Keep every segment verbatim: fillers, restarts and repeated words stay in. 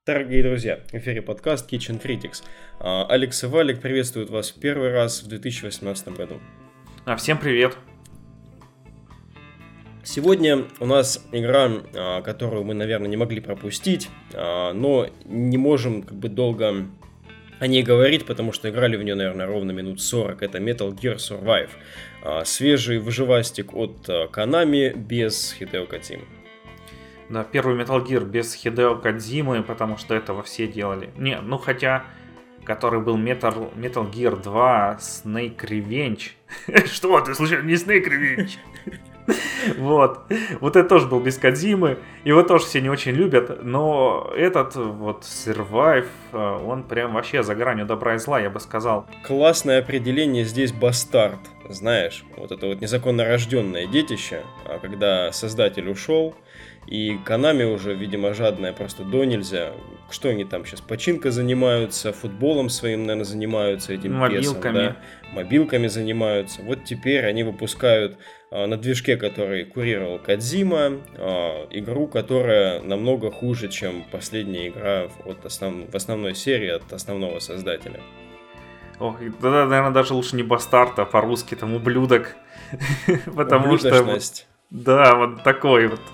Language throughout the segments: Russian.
Дорогие друзья, в эфире подкаст Kitchen Critics. Алекс и Валик приветствуют вас в первый раз в две тысячи восемнадцатом году. А, всем привет! Сегодня у нас игра, которую мы, наверное, не могли пропустить, но не можем как бы долго о ней говорить, потому что играли в нее, наверное, ровно минут сорок. Это Metal Gear Survive. Свежий выживастик от Konami без Хидео Коджимы. Да, первый Metal Gear без Хидео Коджимы, потому что этого все делали. Не, ну хотя, который был Metal, Metal Gear два Snake Revenge. Что, ты случайно не Snake Revenge? Вот. Вот это тоже был без Коджимы. Его тоже все не очень любят. Но этот вот Survive, он прям вообще за гранью добра и зла, я бы сказал. Классное определение здесь бастард. Знаешь, вот это вот незаконно рожденное детище, когда создатель ушел, и Konami уже, видимо, жадная просто до нельзя. Что они там сейчас, починкой занимаются, футболом своим, наверное, занимаются, этим мобилками. песом, да? Мобилками занимаются. Вот теперь они выпускают а, на движке, который курировал Коджима, а, игру, которая намного хуже, чем последняя игра от основ... в основной серии от основного создателя. Ох, тогда, наверное, даже лучше не бастард, а по-русски там ублюдок. Потому что... Да, вот такой вот.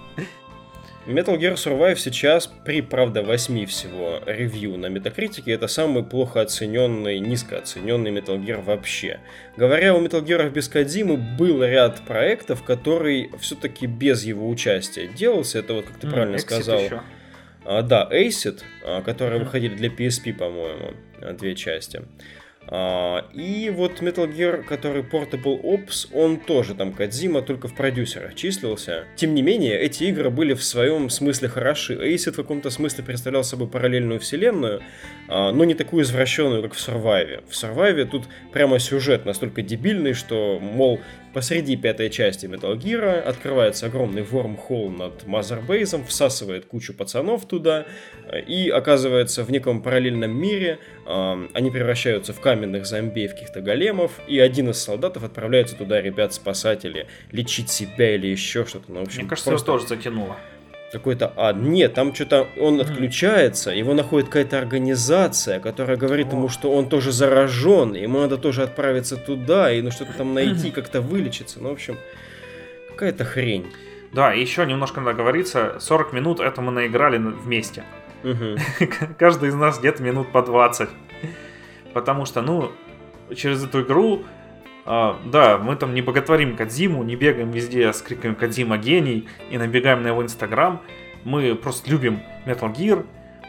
Metal Gear Survive сейчас при, правда, восьми всего ревью на Metacritic, это самый плохо оцененный, низко оцененный Metal Gear вообще. Говоря о Metal Gear без Коджимы, был ряд проектов, который все-таки без его участия делался. Это вот, как ты mm, правильно Exit сказал. Еще. А, да, Acid, которые mm. выходили для пи эс пи, по-моему, две части. Uh, и вот Metal Gear, который Portable Ops, он тоже там Коджима, только в продюсерах числился. Тем не менее, эти игры были в своем смысле хороши. Acid в каком-то смысле представлял собой параллельную вселенную, uh, но не такую извращенную, как в Survive. В Survive тут прямо сюжет настолько дебильный, что, мол, посреди пятой части Metal Gear открывается огромный вормхолл над Мазербейзом, всасывает кучу пацанов туда, и оказывается в неком параллельном мире э, они превращаются в каменных зомби, в каких-то големов, и один из солдатов отправляется туда, ребят-спасатели, лечить себя или еще что-то. Ну, в общем, мне кажется, его тоже затянуло. Какой-то ад. Нет, там что-то он отключается, его находит какая-то организация, которая говорит ему, что он тоже заражен, ему надо тоже отправиться туда и ну что-то там найти, как-то вылечиться. Ну, в общем, какая-то хрень. Да, и еще немножко надо говориться, сорок минут это мы наиграли вместе. Угу. Каждый из нас где-то минут по двадцать. Потому что, ну, через эту игру... Uh, да, мы там не боготворим Коджиму, не бегаем везде с криками «Коджима гений» и набегаем на его инстаграм. Мы просто любим Metal Gear.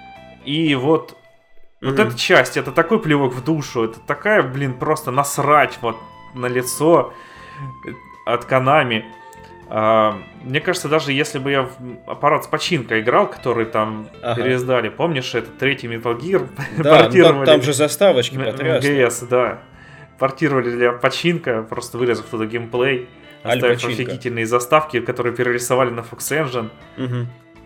И вот, mm-hmm. вот эта часть, это такой плевок в душу, это такая, блин, просто насрать вот на лицо от Konami. Uh, мне кажется, даже если бы я в аппарат с починкой играл, который там ага. переиздали, помнишь, это третий Metal Gear? Да, ну, там, там же заставочки потрясные. джи эс, да. Портировали для починка, просто вырезав туда геймплей, оставив офигительные заставки, которые перерисовали на Fox Engine. Угу.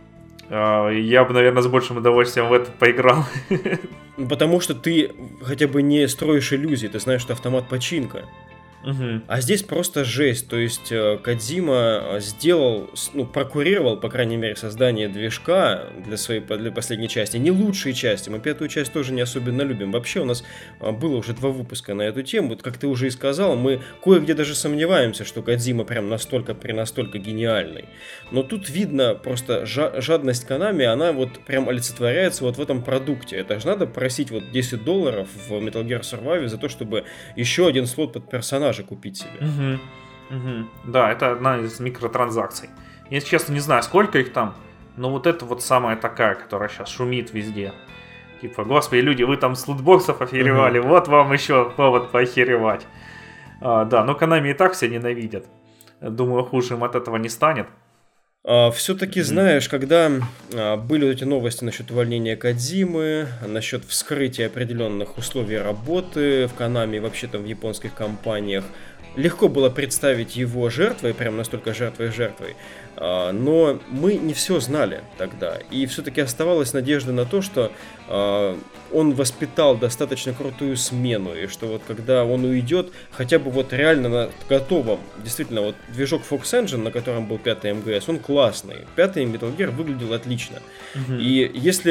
Я бы, наверное, с большим удовольствием в это поиграл. Потому что ты хотя бы не строишь иллюзий, ты знаешь, что автомат починка. Угу. А здесь просто жесть, то есть Коджима сделал, ну, прокурировал, по крайней мере, создание движка для своей для последней части, не лучшей части, мы пятую часть тоже не особенно любим. Вообще у нас было уже два выпуска на эту тему, вот как ты уже и сказал, мы кое-где даже сомневаемся, что Коджима прям настолько, при настолько гениальный. Но тут видно просто жадность Konami, она вот прям олицетворяется вот в этом продукте. Это же надо просить вот десять долларов в Metal Gear Survive за то, чтобы еще один слот под персонажа купить себе. Угу. Угу. Да, это одна из микротранзакций. Если честно, не знаю, сколько их там, но вот это вот самая такая, которая сейчас шумит везде. Типа, господи, люди, вы там с лутбоксов охеревали, угу. вот вам еще повод поохеревать. А, да, но Konami и так все ненавидят. Думаю, хуже им от этого не станет. А, все-таки, mm-hmm. знаешь, когда а, были эти новости насчет увольнения Коджимы, насчет вскрытия определенных условий работы в Konami, вообще там в японских компаниях, легко было представить его жертвой, прям настолько жертвой-жертвой, а, но мы не все знали тогда, и все-таки оставалась надежда на то, что а, он воспитал достаточно крутую смену, и что вот когда он уйдет, хотя бы вот реально на готовом, действительно, вот движок Fox Engine, на котором был пятый эм гэ эс, он классный, пятый Metal Gear выглядел отлично, mm-hmm. и если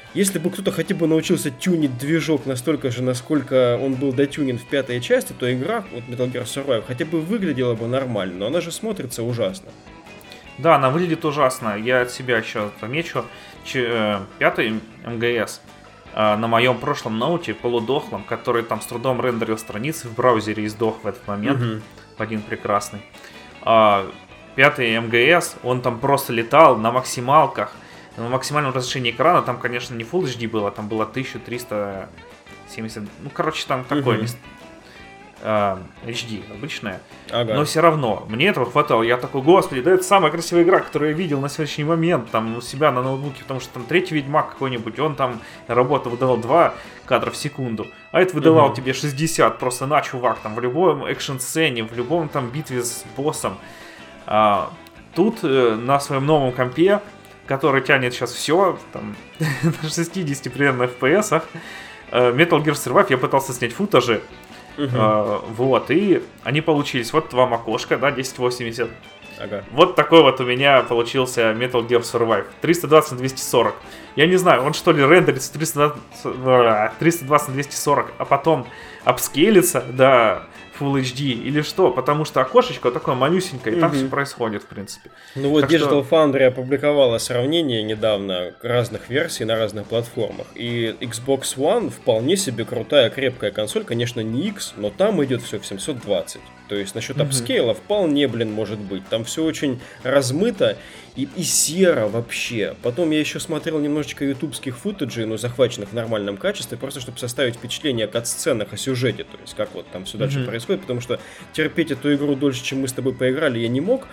Если бы кто-то хотя бы научился тюнить движок настолько же, насколько он был дотюнен в пятой части, то игра, вот Metal Gear Survive, хотя бы выглядела бы нормально, но она же смотрится ужасно. Да, она выглядит ужасно. Я от себя еще замечу. Ч- пятый эм гэ эс э, на моем прошлом ноуте, полудохлом, который там с трудом рендерил страницы в браузере и сдох в этот момент, mm-hmm. в один прекрасный. Э, пятый эм гэ эс, он там просто летал на максималках, на максимальном разрешении экрана. Там, конечно, не Full эйч ди было, там было тысяча триста семьдесят... Ну, короче, там такое mm-hmm. место. эйч ди обычная, ага. Но все равно мне этого хватало. Я такой, господи, да это самая красивая игра, которую я видел на сегодняшний момент там у себя на ноутбуке, потому что там третий Ведьмак какой-нибудь, он там работа выдавал два кадра в секунду, а это выдавал угу. тебе шестьдесят, просто на, чувак, там в любом экшн-сцене, в любом там битве с боссом. А, тут э, на своем новом компе, который тянет сейчас все, там, на шестьдесят примерно эф пи эсах, э, Metal Gear Survive я пытался снять футажи. Uh-huh. Uh, вот, и они получились. Вот вам окошко, да, десять восемьдесят. Ага. Вот такой вот у меня получился Metal Gear Survive. триста двадцать на двести сорок. Я не знаю, он что ли рендерится триста двадцать на двести сорок, а потом апскейлится до Full эйч ди или что? Потому что окошечко такое малюсенькое, и uh-huh. там все происходит, в принципе. Ну вот так Digital что... Foundry опубликовала сравнение недавно разных версий на разных платформах. И Xbox One вполне себе крутая, крепкая консоль. Конечно, не X, но там идет все в семьсот двадцать. То есть насчет uh-huh. апскейла вполне, блин, может быть. Там все очень размыто и, и серо вообще. Потом я еще смотрел немножечко ютубских футажей, но захваченных в нормальном качестве, просто чтобы составить впечатление о кат-сценах, о сюжете. То есть как вот там все дальше uh-huh. происходит. Потому что терпеть эту игру дольше, чем мы с тобой поиграли, я не мог.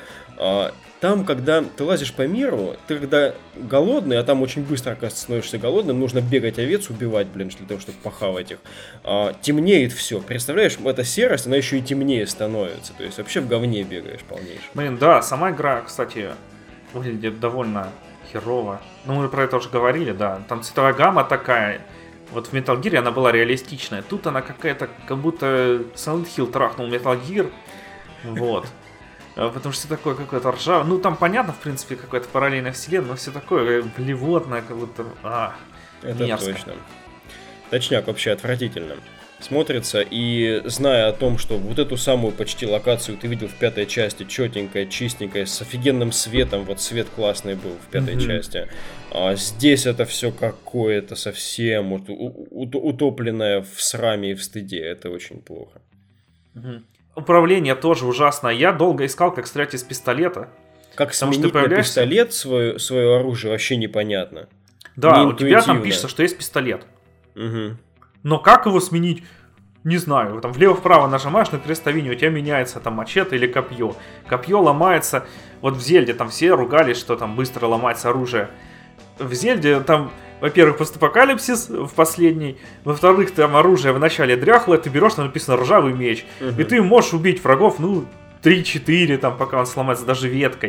Там, когда ты лазишь по миру, ты когда голодный, а там очень быстро, оказывается, становишься голодным, нужно бегать овец, убивать, блин, для того, чтобы похавать их. А, темнеет все. Представляешь, эта серость, она еще и темнее становится. То есть вообще в говне бегаешь полнейшем. Блин, да, сама игра, кстати, выглядит довольно херово. Ну, мы про это уже говорили, да. Там цветовая гамма такая. Вот в Metal Gear она была реалистичная. Тут она какая-то, как будто Silent Hill трахнул Metal Gear. Вот. Потому что все такое какое-то ржавое. Ну, там понятно, в принципе, какая-то параллельная вселенная, но все такое блевотное, как будто... А, это мерзко. Точно. Точняк вообще отвратительно смотрится. И зная о том, что вот эту самую почти локацию ты видел в пятой части, четенькая, чистенькая, с офигенным светом, вот свет классный был в пятой mm-hmm. части. А здесь это все какое-то совсем вот, у- у- утопленное в сраме и в стыде. Это очень плохо. Mm-hmm. Управление тоже ужасно. Я долго искал, как стрелять из пистолета. Как сменить появляешься... на пистолет свое, свое оружие, вообще непонятно. Да, у тебя там пишется, что есть пистолет. Угу. Но как его сменить? Не знаю. Там влево-вправо нажимаешь на крестовине, у тебя меняется там мачете или копье. Копье ломается. Вот в Зельде там все ругались, что там быстро ломается оружие. В Зельде там... Во-первых, постапокалипсис в последний. Во-вторых, там оружие в начале дряхлое, ты берешь, там написано ржавый меч. Uh-huh. И ты можешь убить врагов, ну, три-четыре, там, пока он сломается, даже веткой.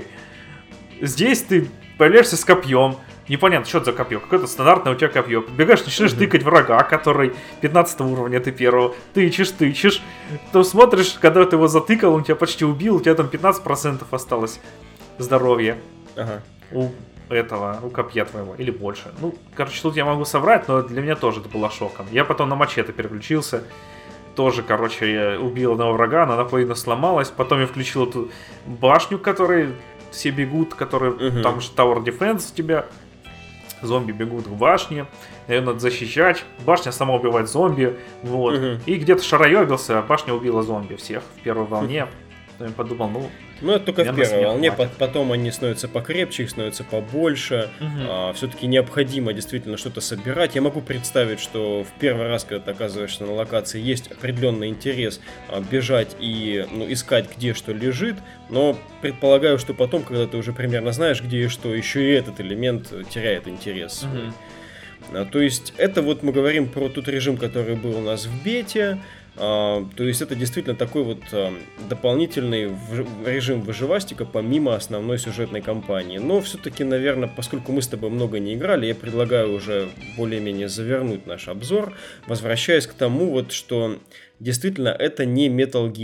Здесь ты появляешься с копьем. Непонятно, что это за копье. Какое-то стандартное у тебя копье. Бегаешь, начинаешь uh-huh. тыкать врага, который пятнадцатого уровня, ты первого. Тычешь, тычешь. То смотришь, когда ты его затыкал, он тебя почти убил, у тебя там пятнадцать процентов осталось здоровья. Ага. Uh-huh. этого, у копья твоего, или больше. Ну, короче, тут я могу соврать, но для меня тоже это было шоком. Я потом на мачете переключился, тоже, короче, я убил одного врага, она наполовину сломалась, потом я включил эту башню, которой все бегут, которые, uh-huh. там же Tower Defense у тебя, зомби бегут к башне, ее надо защищать, башня сама убивает зомби, вот, uh-huh. и где-то шароебился, а башня убила зомби всех в первой волне. Uh-huh. Я подумал, ну... Ну, это только в первой волне, потом они становятся покрепче, их становится побольше. Угу. А, все-таки необходимо действительно что-то собирать. Я могу представить, что в первый раз, когда ты оказываешься на локации, есть определенный интерес а, бежать и ну, искать, где что лежит. Но предполагаю, что потом, когда ты уже примерно знаешь, где и что, еще и этот элемент теряет интерес. Угу. А, то есть, это вот мы говорим про тот режим, который был у нас в бете. Uh, то есть это действительно такой вот uh, дополнительный в- режим выживастика помимо основной сюжетной кампании. Но все-таки, наверное, поскольку мы с тобой много не играли, я предлагаю уже более-менее завернуть наш обзор, возвращаясь к тому, вот, что действительно это не Metal Gear.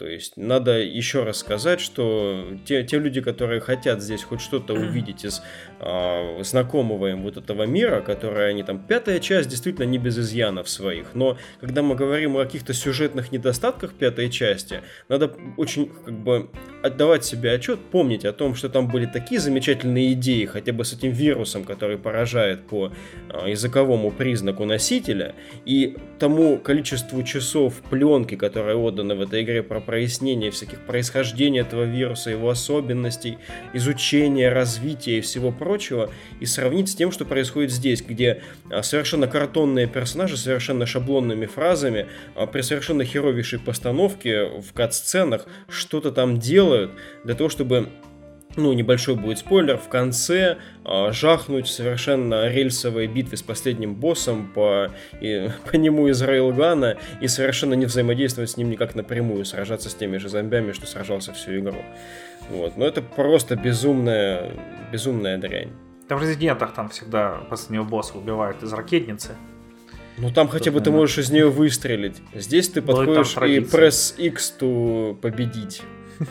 То есть надо еще раз сказать, что те, те люди, которые хотят здесь хоть что-то увидеть из э, знакомого им вот этого мира, который они там... Пятая часть действительно не без изъянов своих, но когда мы говорим о каких-то сюжетных недостатках пятой части, надо очень как бы отдавать себе отчет, помнить о том, что там были такие замечательные идеи, хотя бы с этим вирусом, который поражает по э, языковому признаку носителя, и тому количеству часов пленки, которые отданы в этой игре про прояснение всяких происхождения этого вируса, его особенностей, изучения, развития и всего прочего, и сравнить с тем, что происходит здесь, где э, совершенно картонные персонажи, совершенно шаблонными фразами, э, при совершенно херовейшей постановке в кат-сценах что-то там делают, для того, чтобы, ну, небольшой будет спойлер, в конце э, жахнуть в совершенно рельсовой битве с последним боссом по, и, по нему из рейлгана и совершенно не взаимодействовать с ним никак напрямую, сражаться с теми же зомбями, что сражался всю игру. Вот. Но это просто безумная, безумная дрянь. Да в Резидентах там всегда последнего босса убивают из ракетницы. Ну там хотя бы ты можешь из нее выстрелить. Здесь ты подходишь и пресс X, то победить.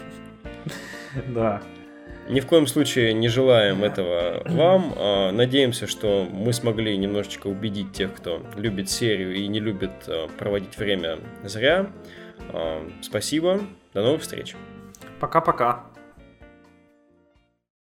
Да. Ни в коем случае не желаем этого вам. Надеемся, что мы смогли немножечко убедить тех, кто любит серию и не любит проводить время зря. Спасибо. До новых встреч. Пока-пока.